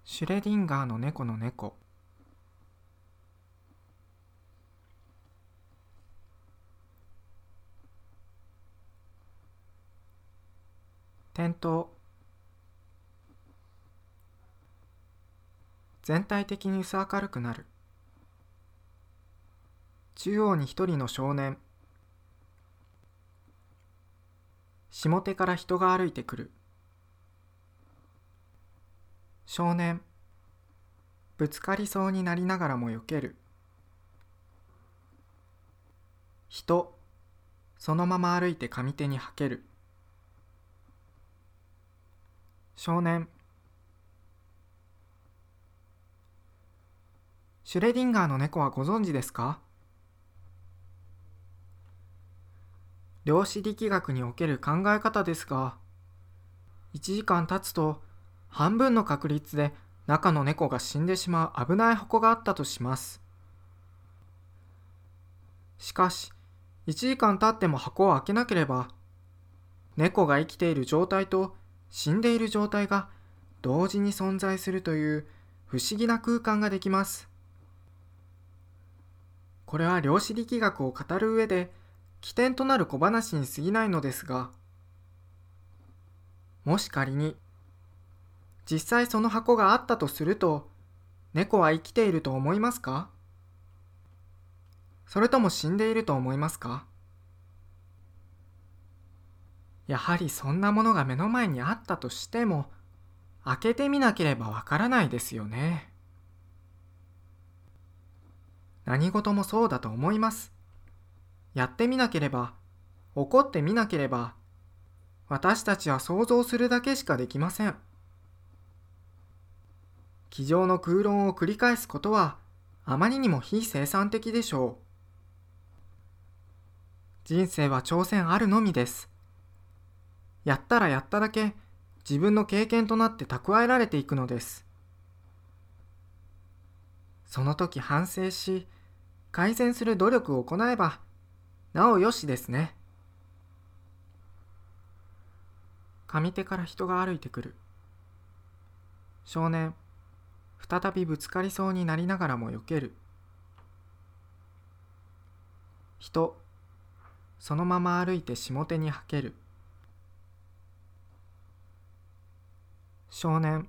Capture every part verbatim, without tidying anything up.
シュレディンガーの猫の猫。点灯。全体的に薄明るくなる。中央に一人の少年。下手から人が歩いてくる。少年。ぶつかりそうになりながらも避ける。人。そのまま歩いて上手にはける。少年。シュレディンガーの猫はご存知ですか？量子力学における考え方ですが、いちじかん経つと半分の確率で中の猫が死んでしまう危ない箱があったとします。しかし、いちじかん経っても箱を開けなければ、猫が生きている状態と死んでいる状態が同時に存在するという不思議な空間ができます。これは量子力学を語る上で起点となる小話に過ぎないのですが、もし仮に実際その箱があったとすると、猫は生きていると思いますか？それとも死んでいると思いますか？やはりそんなものが目の前にあったとしても、開けてみなければわからないですよね。何事もそうだと思います。やってみなければ、起こってみなければ、私たちは想像するだけしかできません。机上の空論を繰り返すことはあまりにも非生産的でしょう。人生は挑戦あるのみです。やったらやっただけ自分の経験となって蓄えられていくのです。その時反省し、改善する努力を行えば、なおよしですね。上手から人が歩いてくる。少年。再びぶつかりそうになりながらも避ける。人。そのまま歩いて下手にはける。少年。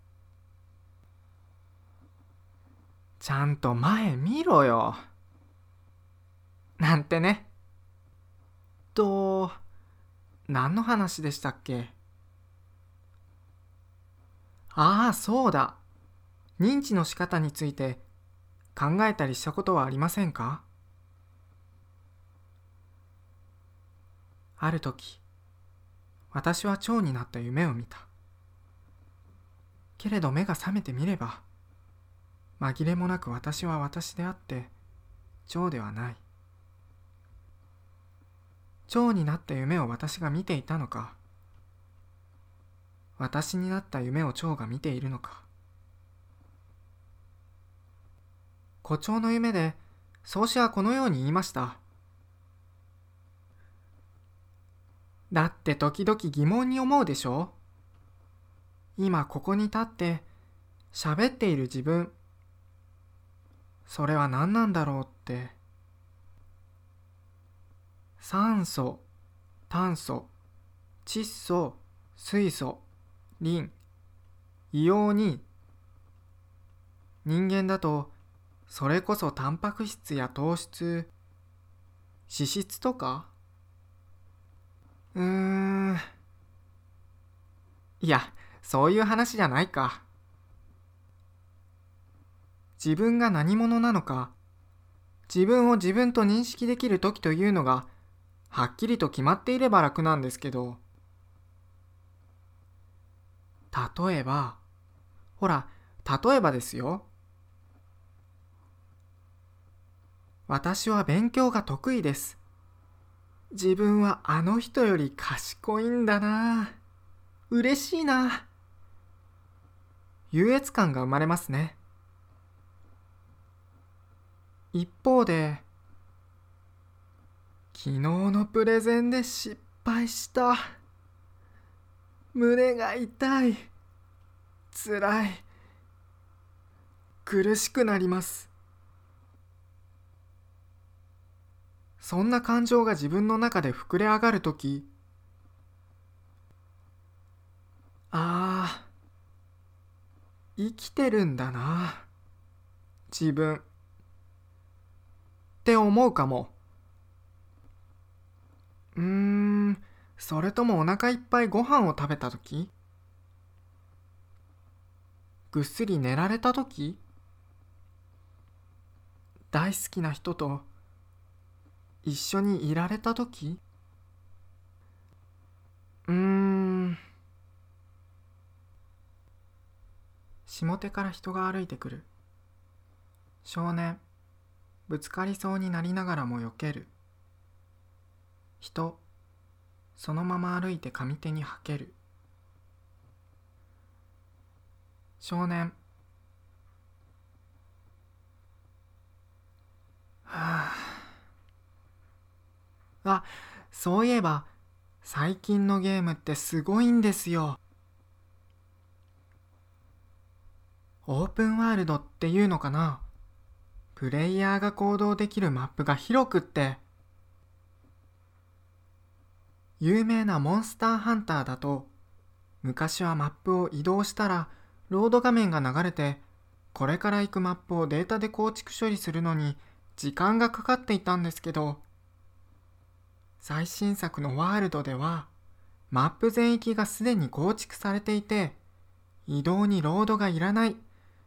ちゃんと前見ろよ。なんてね。と、何の話でしたっけ？ああ、そうだ。認知の仕方について考えたりしたことはありませんか？ある時、私は蝶になった夢を見た。けれど目が覚めてみれば、紛れもなく私は私であって、蝶ではない。蝶になった夢を私が見ていたのか、私になった夢を蝶が見ているのか。胡蝶の夢で、宗師はこのように言いました。だって時々疑問に思うでしょ？今ここに立って喋っている自分、それは何なんだろうって。酸素、炭素、窒素、水素、リン、硫黄に、人間だとそれこそタンパク質や糖質、脂質とか？うーん。いや、そういう話じゃないか。自分が何者なのか、自分を自分と認識できる時というのが、はっきりと決まっていれば楽なんですけど。例えば、ほら、例えばですよ。私は勉強が得意です。自分はあの人より賢いんだな。嬉しいな。優越感が生まれますね。一方で、昨日のプレゼンで失敗した。胸が痛い。つらい。 苦しくなります。そんな感情が自分の中で膨れ上がるとき、ああ、生きてるんだな、自分。って思うかも。うーん、それともお腹いっぱいご飯を食べたとき、ぐっすり寝られたとき、大好きな人と一緒にいられたとき、うーん、下手から人が歩いてくる。少年、ぶつかりそうになりながらも避ける。人、そのまま歩いて上手にはける。少年、はあ、あ、そういえば最近のゲームってすごいんですよ。オープンワールドっていうのかな。プレイヤーが行動できるマップが広くって、有名なモンスターハンターだと、昔はマップを移動したらロード画面が流れて、これから行くマップをデータで構築処理するのに時間がかかっていたんですけど、最新作のワールドではマップ全域がすでに構築されていて、移動にロードがいらない。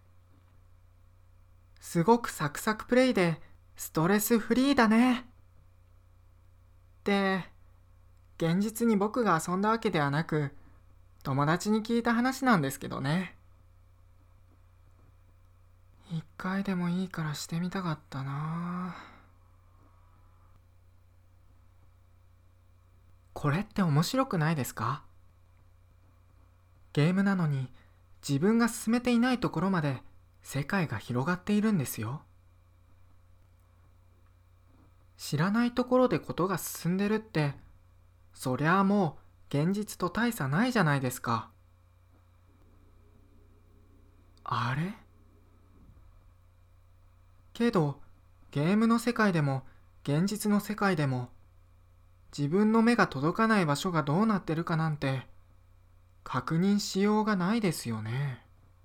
すごくサクサクプレイでストレスフリーだね。って、現実に僕が遊んだわけではなく、友達に聞いた話なんですけどね。一回でもいいからしてみたかったな。これって面白くないですか？ゲームなのに自分が進めていないところまで世界が広がっているんですよ。知らないところでことが進んでるって、そりゃあもう現実と大差ないじゃないですか。あれ？けど、ゲームの世界でも現実の世界でも、自分の目が届かない場所がどうなってるかなんて確認しようがないですよね。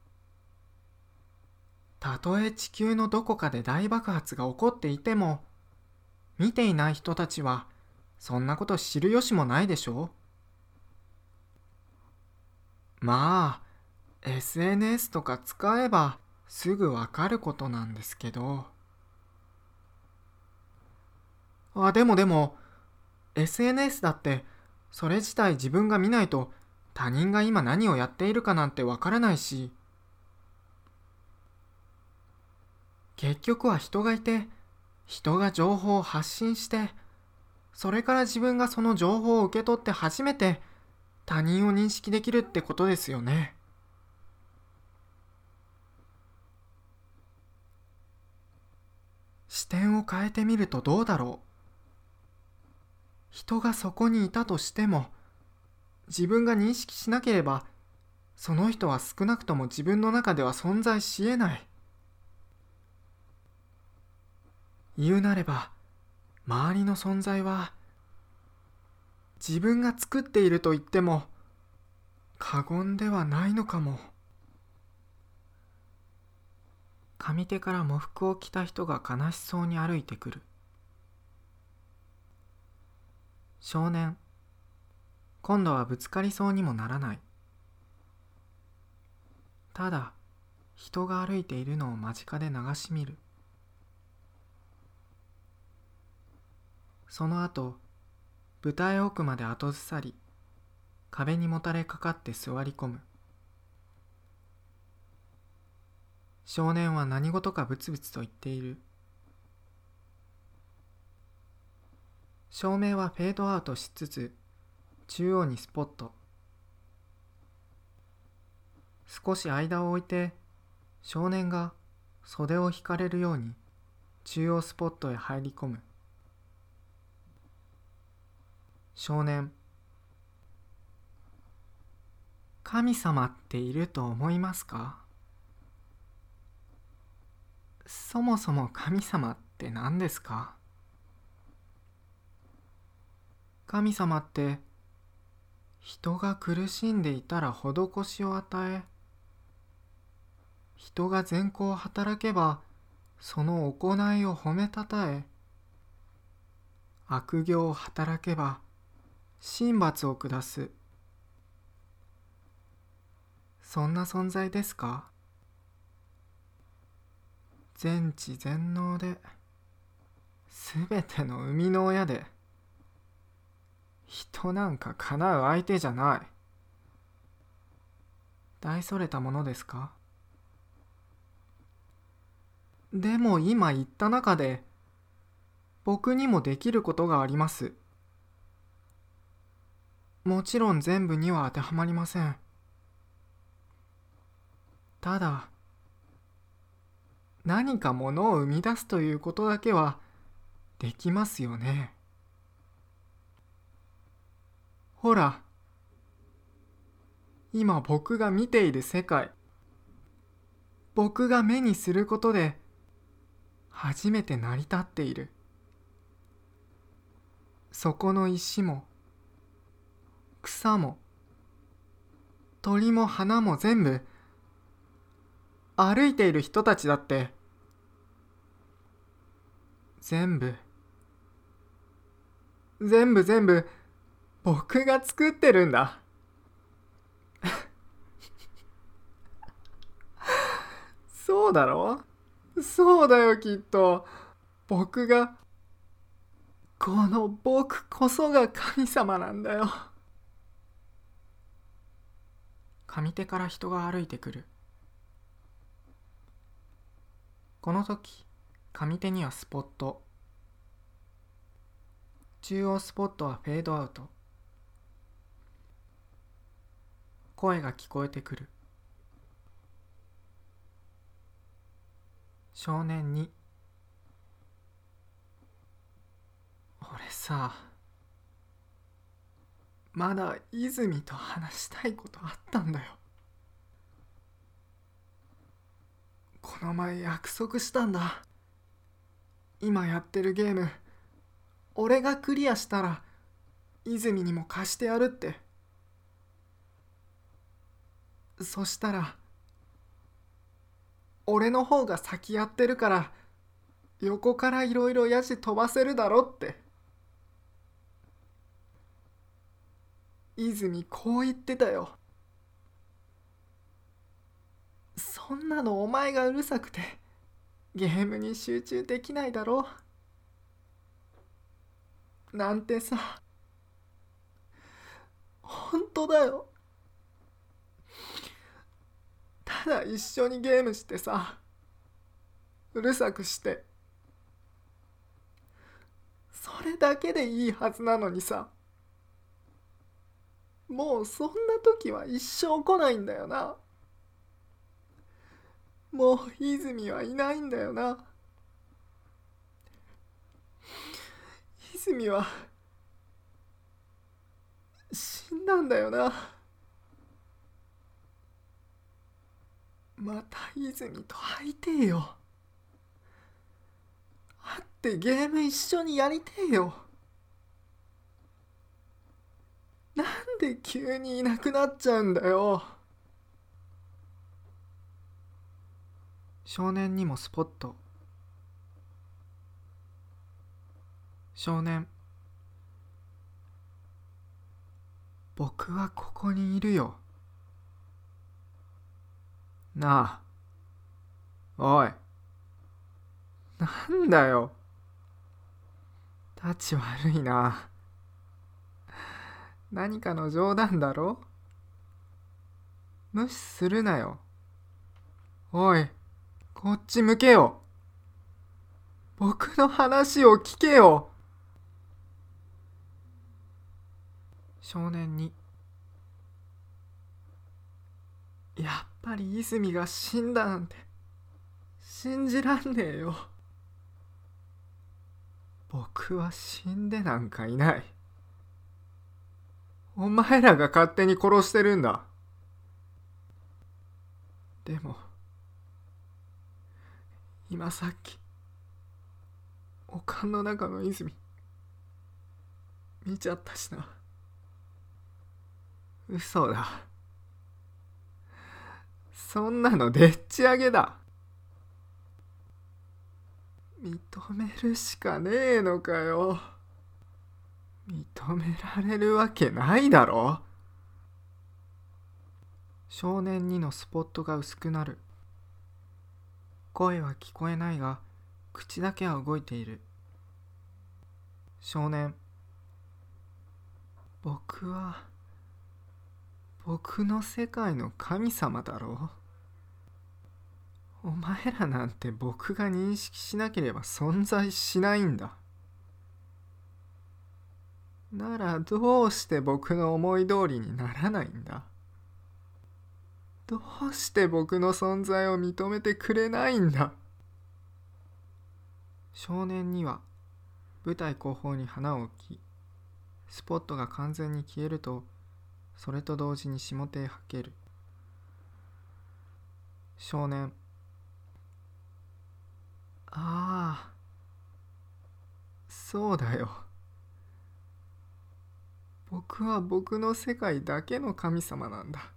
たとえ地球のどこかで大爆発が起こっていても、見ていない人たちはそんなこと知る由もないでしょう。まあ エスエヌエス とか使えばすぐわかることなんですけど。あ、でもでも エスエヌエス だってそれ自体自分が見ないと他人が今何をやっているかなんてわからないし、結局は人がいて、人が情報を発信して、それから自分がその情報を受け取って初めて他人を認識できるってことですよね。視点を変えてみるとどうだろう。人がそこにいたとしても、自分が認識しなければ、その人は少なくとも自分の中では存在し得ない。言うなれば、周りの存在は、自分が作っていると言っても、過言ではないのかも。上手から喪服を着た人が悲しそうに歩いてくる。少年、今度はぶつかりそうにもならない。ただ、人が歩いているのを間近で流し見る。その後、舞台奥まで後ずさり、壁にもたれかかって座り込む。少年は何事かブツブツと言っている。照明はフェードアウトしつつ、中央にスポット。少し間を置いて、少年が袖を引かれるように中央スポットへ入り込む。少年、神様っていると思いますか？ そもそも神様って何ですか？神様って人が苦しんでいたら施しを与え、人が善行を働けばその行いを褒めたたえ、悪行を働けば神罰を下す、そんな存在ですか？全知全能で、すべての生みの親で、人なんか叶う相手じゃない。大それたものですか？でも今言った中で、僕にもできることがあります。もちろん全部には当てはまりません。ただ、何かものを生み出すということだけはできますよね。ほら、今僕が見ている世界、僕が目にすることで初めて成り立っている。そこの石も、草も、鳥も花も全部、歩いている人たちだって、全部、全部全部、僕が作ってるんだ。そうだろ？そうだよ、きっと。僕が、この僕こそが神様なんだよ。上手から人が歩いてくる。この時、上手にはスポット。中央スポットはフェードアウト。声が聞こえてくる。少年に、俺さ、まだ泉と話したいことあったんだよ。この前約束したんだ。今やってるゲーム、俺がクリアしたら泉にも貸してやるって。そしたら、俺の方が先やってるから横からいろいろヤジ飛ばせるだろって。泉こう言ってたよ。そんなのお前がうるさくてゲームに集中できないだろなんてさ。本当だよ。ただ一緒にゲームしてさ、うるさくして、それだけでいいはずなのにさ、もうそんな時は一生来ないんだよな。もう泉はいないんだよな。泉は死んだんだよな。また泉と会いてえよ。会ってゲーム一緒にやりてえよ。なんで急にいなくなっちゃうんだよ。少年にもスポット。少年、僕はここにいるよ。なあ、おい。なんだよ。立ち悪いな。何かの冗談だろ？無視するなよ。おい、こっち向けよ。僕の話を聞けよ。少年に、やっぱり泉が死んだなんて信じらんねえよ。僕は死んでなんかいない。お前らが勝手に殺してるんだ。でも今さっきおかんの中の泉見ちゃったしな。嘘だ。そんなのでっち上げだ。認めるしかねえのかよ。認められるわけないだろ。少年にのスポットが薄くなる。声は聞こえないが、口だけは動いている。少年、僕は僕の世界の神様だろう。お前らなんて僕が認識しなければ存在しないんだ。ならどうして僕の思い通りにならないんだ。どうして僕の存在を認めてくれないんだ。少年には舞台後方に花を置き、スポットが完全に消えると、それと同時に下手へはける。少年、ああ、そうだよ。僕は僕の世界だけの神様なんだ。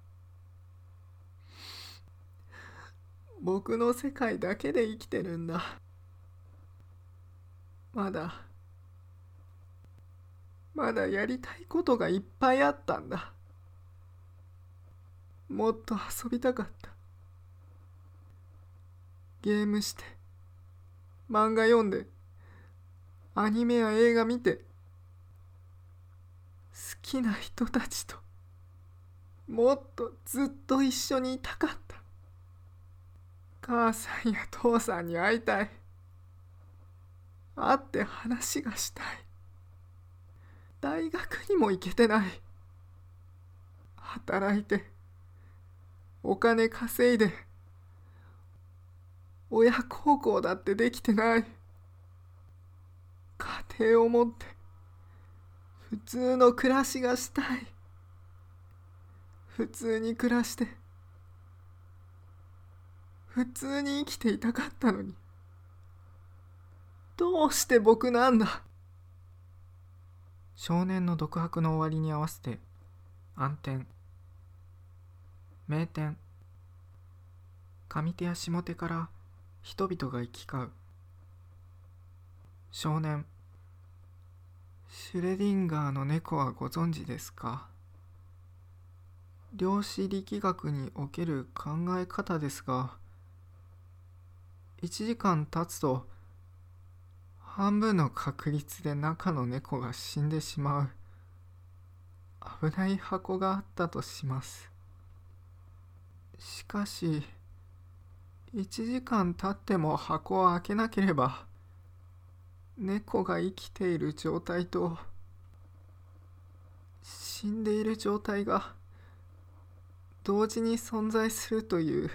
僕の世界だけで生きてるんだ。まだ、まだやりたいことがいっぱいあったんだ。もっと遊びたかった。ゲームして、漫画読んで、アニメや映画見て、好きな人たちともっとずっと一緒にいたかった。母さんや父さんに会いたい。会って話がしたい。大学にも行けてない。働いてお金稼いで親孝行だってできてない。家庭を持って普通の暮らしがしたい。普通に暮らして普通に生きていたかったのに、どうして僕なんだ。少年の独白の終わりに合わせて暗転、明転、上手や下手から人々が行き交う。少年、シュレディンガーの猫はご存知ですか。量子力学における考え方ですが、いちじかん経つと半分の確率で中の猫が死んでしまう危ない箱があったとします。しかしいちじかん経っても箱を開けなければ、猫が生きている状態と死んでいる状態が同時に存在するという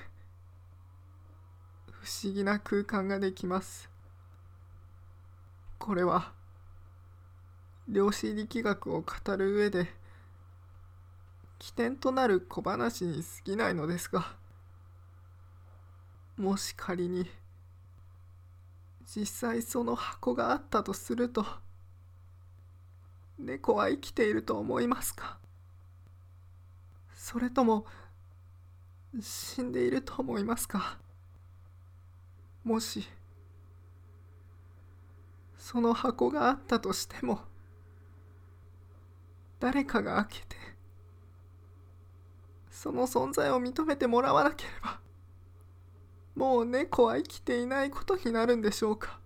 不思議な空間ができます。これは量子力学を語る上で起点となる小話に過ぎないのですが、もし仮に実際その箱があったとすると、猫は生きていると思いますか。それとも死んでいると思いますか。もしその箱があったとしても、誰かが開けてその存在を認めてもらわなければ、もう猫は生きていないことになるんでしょうか。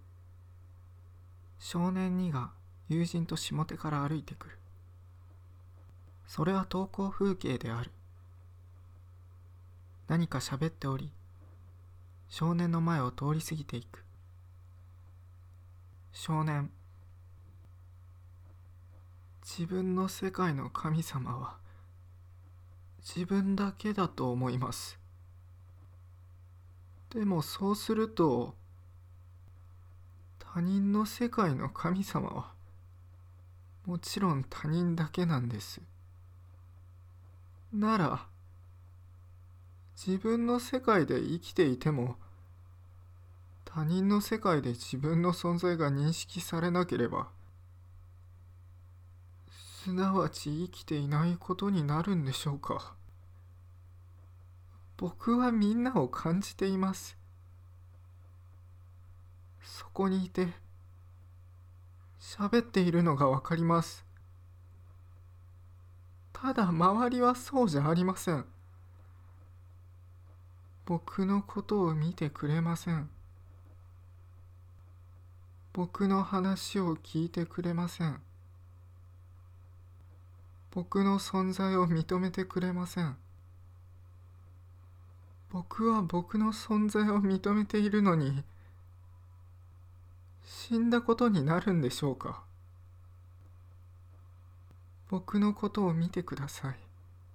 少年にが友人と下手から歩いてくる。それは登校風景である。何か喋っており、少年の前を通り過ぎていく。少年、自分の世界の神様は自分だけだと思います。でもそうすると、他人の世界の神様はもちろん他人だけなんです。なら自分の世界で生きていても他人の世界で自分の存在が認識されなければ、すなわち生きていないことになるんでしょうか。僕はみんなを感じています。そこにいて、喋っているのがわかります。ただ周りはそうじゃありません。僕のことを見てくれません。僕の話を聞いてくれません。僕の存在を認めてくれません。僕は僕の存在を認めているのに、死んだことになるんでしょうか。僕のことを見てください。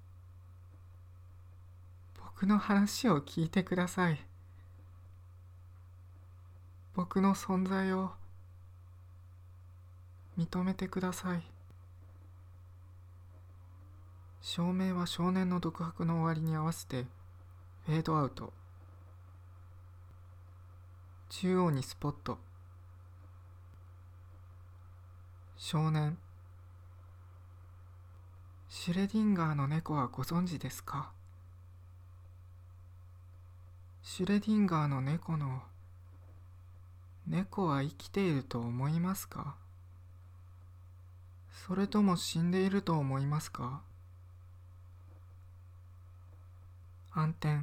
僕の話を聞いてください。僕の存在を認めてください。照明は少年の独白の終わりに合わせてフェードアウト。中央にスポット。少年。シュレディンガーの猫はご存知ですか？シュレディンガーの猫の猫は生きていると思いますか？それとも死んでいると思いますか？暗転。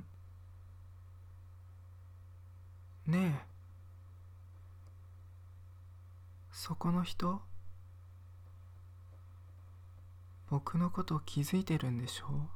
ねえ、そこの人、僕のこと気づいてるんでしょう？